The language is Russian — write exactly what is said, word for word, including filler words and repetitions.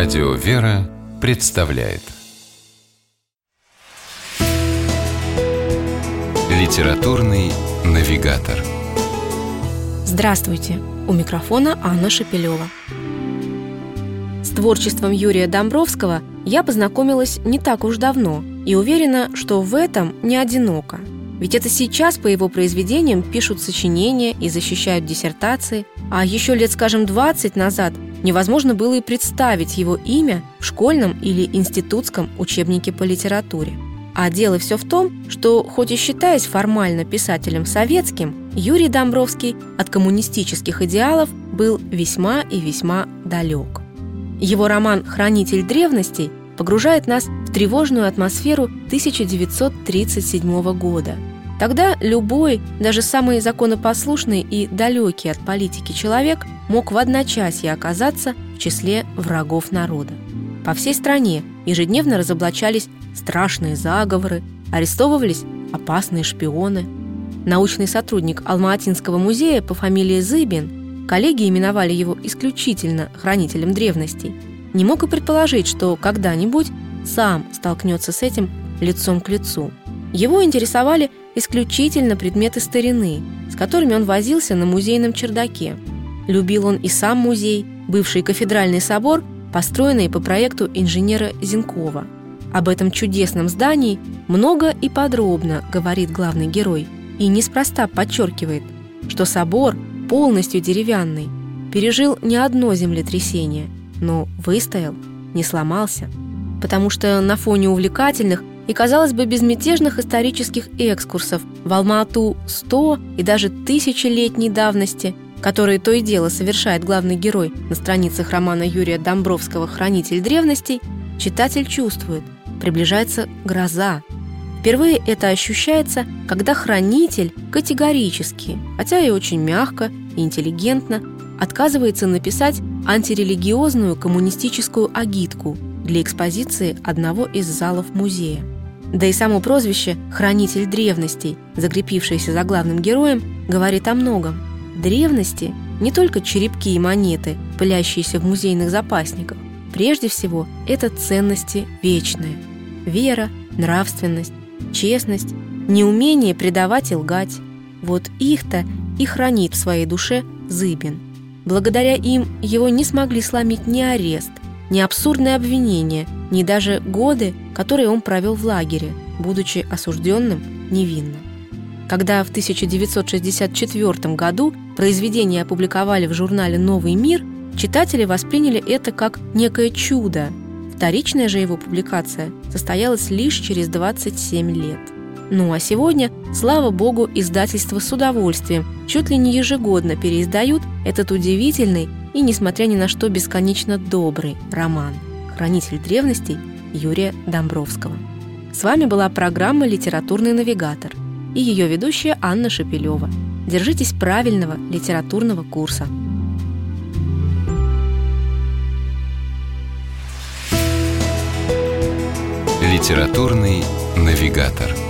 Радио «Вера» представляет Литературный навигатор. Здравствуйте! У микрофона Анна Шепелева. С творчеством Юрия Домбровского я познакомилась не так уж давно и уверена, что в этом не одинока. Ведь это сейчас по его произведениям пишут сочинения и защищают диссертации, а еще лет, скажем, двадцать назад невозможно было и представить его имя в школьном или институтском учебнике по литературе. А дело все в том, что, хоть и считаясь формально писателем советским, Юрий Домбровский от коммунистических идеалов был весьма и весьма далек. Его роман «Хранитель древностей» погружает нас в тревожную атмосферу тысяча девятьсот тридцать седьмого года. Тогда любой, даже самый законопослушный и далекий от политики человек мог в одночасье оказаться в числе врагов народа. По всей стране ежедневно разоблачались страшные заговоры, арестовывались опасные шпионы. Научный сотрудник Алма-Атинского музея по фамилии Зыбин, коллеги именовали его исключительно хранителем древностей, не мог и предположить, что когда-нибудь сам столкнется с этим лицом к лицу. Его интересовали исключительно предметы старины, с которыми он возился на музейном чердаке. Любил он и сам музей, бывший кафедральный собор, построенный по проекту инженера Зенкова. Об этом чудесном здании много и подробно говорит главный герой и неспроста подчеркивает, что собор, полностью деревянный, пережил не одно землетрясение, но выстоял, не сломался, потому что на фоне увлекательных и, казалось бы, безмятежных исторических экскурсов в Алма-Ату сто и даже тысячелетней давности, которые то и дело совершает главный герой на страницах романа Юрия Домбровского «Хранитель древностей», читатель чувствует, приближается гроза. Впервые это ощущается, когда хранитель категорически, хотя и очень мягко и интеллигентно, отказывается написать антирелигиозную коммунистическую агитку для экспозиции одного из залов музея. Да и само прозвище «Хранитель древностей», закрепившееся за главным героем, говорит о многом. Древности – не только черепки и монеты, пылящиеся в музейных запасниках. Прежде всего, это ценности вечные. Вера, нравственность, честность, неумение предавать и лгать. Вот их-то и хранит в своей душе Зыбин. Благодаря им его не смогли сломить ни арест, ни абсурдные обвинения, ни даже годы, которые он провел в лагере, будучи осужденным невинно. Когда в тысяча девятьсот шестьдесят четвёртом году произведение опубликовали в журнале «Новый мир», читатели восприняли это как некое чудо. Вторичная же его публикация состоялась лишь через двадцать семь лет. Ну а сегодня, слава богу, издательства с удовольствием чуть ли не ежегодно переиздают этот удивительный и, несмотря ни на что, бесконечно добрый роман «Хранитель древностей» Юрия Домбровского. С вами была программа «Литературный навигатор» и ее ведущая Анна Шепелева. Держитесь правильного литературного курса. Литературный навигатор.